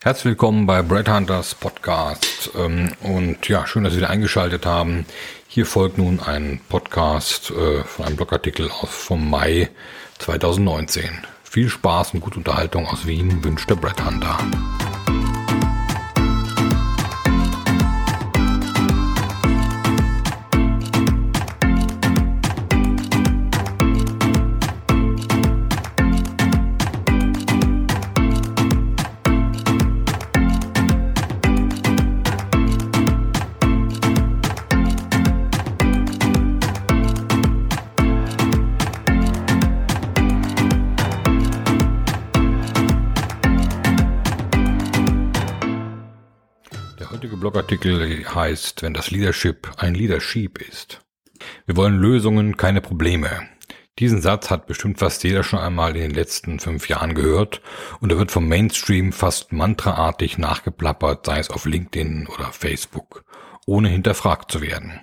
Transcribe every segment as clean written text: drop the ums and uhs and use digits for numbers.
Herzlich willkommen bei Brad Hunters Podcast und ja, schön, dass Sie wieder eingeschaltet haben. Hier folgt nun ein Podcast von einem Blogartikel vom Mai 2019. Viel Spaß und gute Unterhaltung aus Wien wünscht der Brad Hunter. Der heutige Blogartikel heißt, wenn das Leadership ein Leadership ist. Wir wollen Lösungen, keine Probleme. Diesen Satz hat bestimmt fast jeder schon einmal in den letzten 5 Jahren gehört und er wird vom Mainstream fast mantraartig nachgeplappert, sei es auf LinkedIn oder Facebook, ohne hinterfragt zu werden.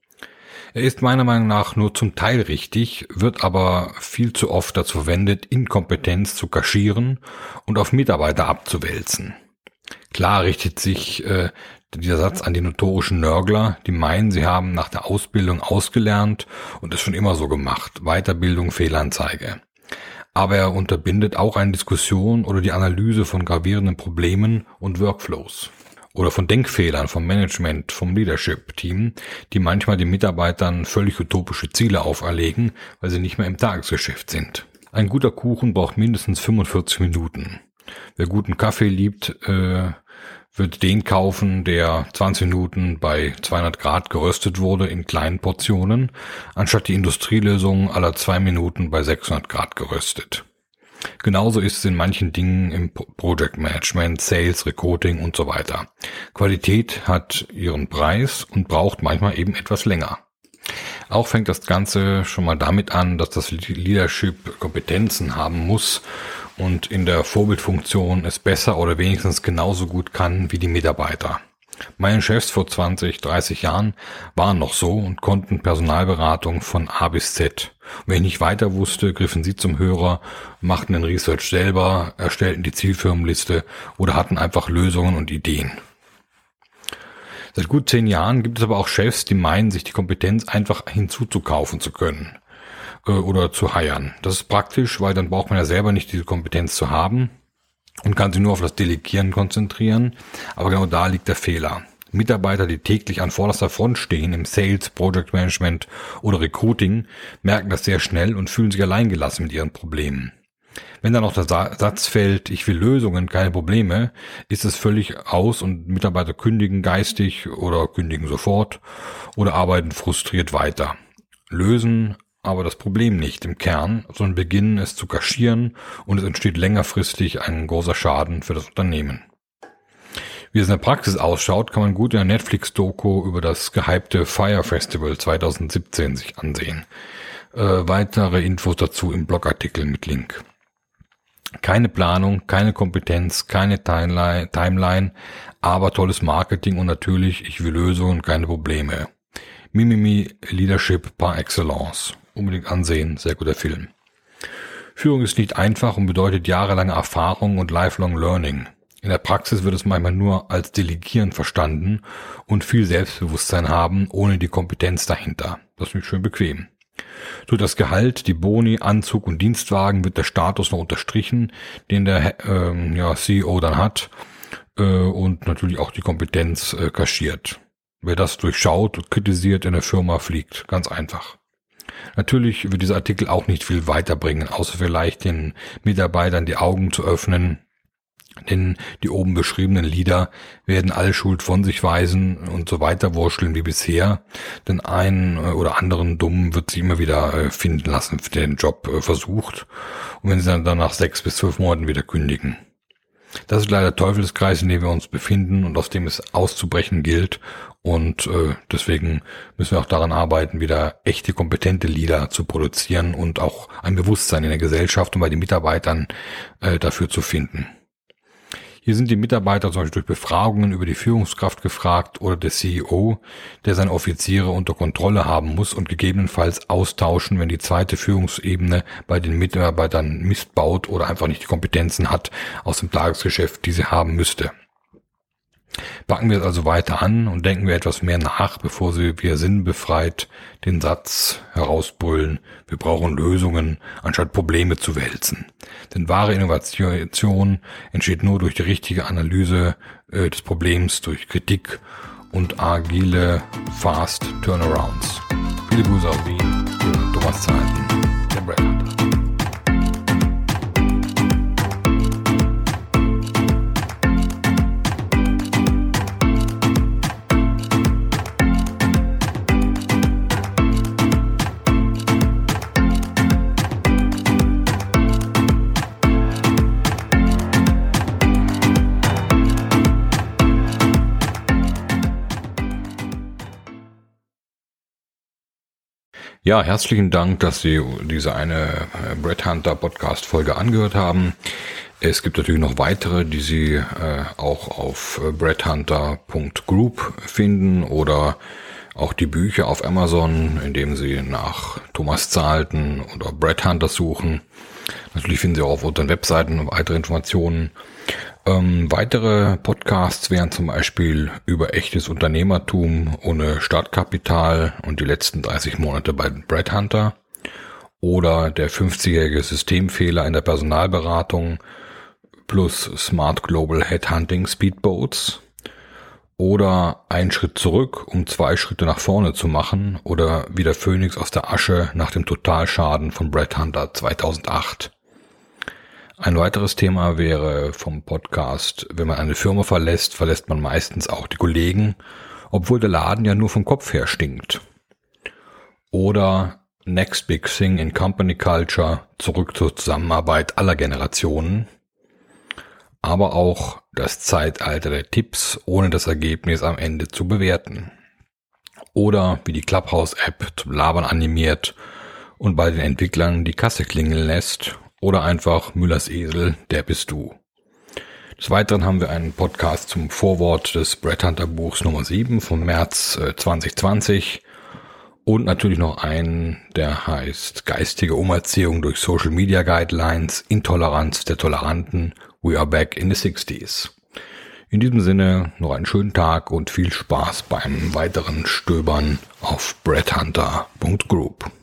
Er ist meiner Meinung nach nur zum Teil richtig, wird aber viel zu oft dazu verwendet, Inkompetenz zu kaschieren und auf Mitarbeiter abzuwälzen. Klar richtet sich dieser Satz an die notorischen Nörgler, die meinen, sie haben nach der Ausbildung ausgelernt und es schon immer so gemacht. Weiterbildung, Fehlanzeige. Aber er unterbindet auch eine Diskussion oder die Analyse von gravierenden Problemen und Workflows. Oder von Denkfehlern vom Management, vom Leadership-Team, die manchmal den Mitarbeitern völlig utopische Ziele auferlegen, weil sie nicht mehr im Tagesgeschäft sind. Ein guter Kuchen braucht mindestens 45 Minuten. Wer guten Kaffee liebt, wird den kaufen, der 20 Minuten bei 200 Grad geröstet wurde in kleinen Portionen, anstatt die Industrielösung aller 2 Minuten bei 600 Grad geröstet. Genauso ist es in manchen Dingen im Project Management, Sales, Recruiting und so weiter. Qualität hat ihren Preis und braucht manchmal eben etwas länger. Auch fängt das Ganze schon mal damit an, dass das Leadership Kompetenzen haben muss und in der Vorbildfunktion es besser oder wenigstens genauso gut kann wie die Mitarbeiter. Meine Chefs vor 20, 30 Jahren waren noch so und konnten Personalberatung von A bis Z. Und wenn ich nicht weiter wusste, griffen sie zum Hörer, machten den Research selber, erstellten die Zielfirmenliste oder hatten einfach Lösungen und Ideen. Seit gut 10 Jahren gibt es aber auch Chefs, die meinen, sich die Kompetenz einfach hinzuzukaufen zu können oder zu hiren. Das ist praktisch, weil dann braucht man ja selber nicht diese Kompetenz zu haben und kann sich nur auf das Delegieren konzentrieren. Aber genau da liegt der Fehler. Mitarbeiter, die täglich an vorderster Front stehen im Sales, Project Management oder Recruiting, merken das sehr schnell und fühlen sich alleingelassen mit ihren Problemen. Wenn dann noch der Satz fällt, ich will Lösungen, keine Probleme, ist es völlig aus und Mitarbeiter kündigen geistig oder kündigen sofort oder arbeiten frustriert weiter. Lösen aber das Problem nicht im Kern, sondern beginnen es zu kaschieren und es entsteht längerfristig ein großer Schaden für das Unternehmen. Wie es in der Praxis ausschaut, kann man gut in der Netflix-Doku über das gehypte Fire Festival 2017 sich ansehen. Weitere Infos dazu im Blogartikel mit Link. Keine Planung, keine Kompetenz, keine Timeline, aber tolles Marketing und natürlich, ich will Lösungen, keine Probleme. Mimimi Leadership par excellence. Unbedingt ansehen, sehr guter Film. Führung ist nicht einfach und bedeutet jahrelange Erfahrung und lifelong learning. In der Praxis wird es manchmal nur als Delegieren verstanden und viel Selbstbewusstsein haben, ohne die Kompetenz dahinter. Das ist nicht schön bequem. Durch das Gehalt, die Boni, Anzug und Dienstwagen wird der Status noch unterstrichen, den der CEO dann hat und natürlich auch die Kompetenz kaschiert. Wer das durchschaut und kritisiert in der Firma, fliegt. Ganz einfach. Natürlich wird dieser Artikel auch nicht viel weiterbringen, außer vielleicht den Mitarbeitern die Augen zu öffnen, denn die oben beschriebenen Leader werden alle Schuld von sich weisen und so weiter wurschteln wie bisher, denn einen oder anderen Dummen wird sie immer wieder finden lassen, der den Job versucht und wenn sie dann nach 6 bis 12 Monaten wieder kündigen. Das ist leider der Teufelskreis, in dem wir uns befinden und aus dem es auszubrechen gilt und deswegen müssen wir auch daran arbeiten, wieder echte, kompetente Leader zu produzieren und auch ein Bewusstsein in der Gesellschaft und bei den Mitarbeitern dafür zu finden. Hier sind die Mitarbeiter zum Beispiel durch Befragungen über die Führungskraft gefragt oder der CEO, der seine Offiziere unter Kontrolle haben muss und gegebenenfalls austauschen, wenn die zweite Führungsebene bei den Mitarbeitern Mist baut oder einfach nicht die Kompetenzen hat aus dem Tagesgeschäft, die sie haben müsste. Packen wir es also weiter an und denken wir etwas mehr nach, bevor wir sinnbefreit den Satz herausbrüllen, wir brauchen Lösungen, anstatt Probleme zu wälzen. Denn wahre Innovation entsteht nur durch die richtige Analyse des Problems, durch Kritik und agile Fast Turnarounds. Viele Grüße aus Wien, Thomas Zeiten, der Brad Hunter. Ja, herzlichen Dank, dass Sie diese eine Brad Hunter Podcast Folge angehört haben. Es gibt natürlich noch weitere, die Sie auch auf bradhunter.group finden oder auch die Bücher auf Amazon, indem Sie nach Thomas Zahlten oder Brad Hunter suchen. Natürlich finden Sie auch auf unseren Webseiten weitere Informationen. Weitere Podcasts wären zum Beispiel über echtes Unternehmertum ohne Startkapital und die letzten 30 Monate bei Brad Hunter oder der 50-jährige Systemfehler in der Personalberatung plus Smart Global Headhunting Speedboats oder ein Schritt zurück, um 2 Schritte nach vorne zu machen oder wie der Phönix aus der Asche nach dem Totalschaden von Brad Hunter 2008. Ein weiteres Thema wäre vom Podcast, wenn man eine Firma verlässt, verlässt man meistens auch die Kollegen, obwohl der Laden ja nur vom Kopf her stinkt. Oder Next Big Thing in Company Culture, zurück zur Zusammenarbeit aller Generationen. Aber auch das Zeitalter der Tipps, ohne das Ergebnis am Ende zu bewerten. Oder wie die Clubhouse-App zum Labern animiert und bei den Entwicklern die Kasse klingeln lässt. Oder einfach Müllers Esel, der bist du. Des Weiteren haben wir einen Podcast zum Vorwort des Brad Hunter Buchs Nummer 7 vom März 2020 und natürlich noch einen, der heißt Geistige Umerziehung durch Social Media Guidelines, Intoleranz der Toleranten, We are back in the 60s. In diesem Sinne noch einen schönen Tag und viel Spaß beim weiteren Stöbern auf bradhunter.group.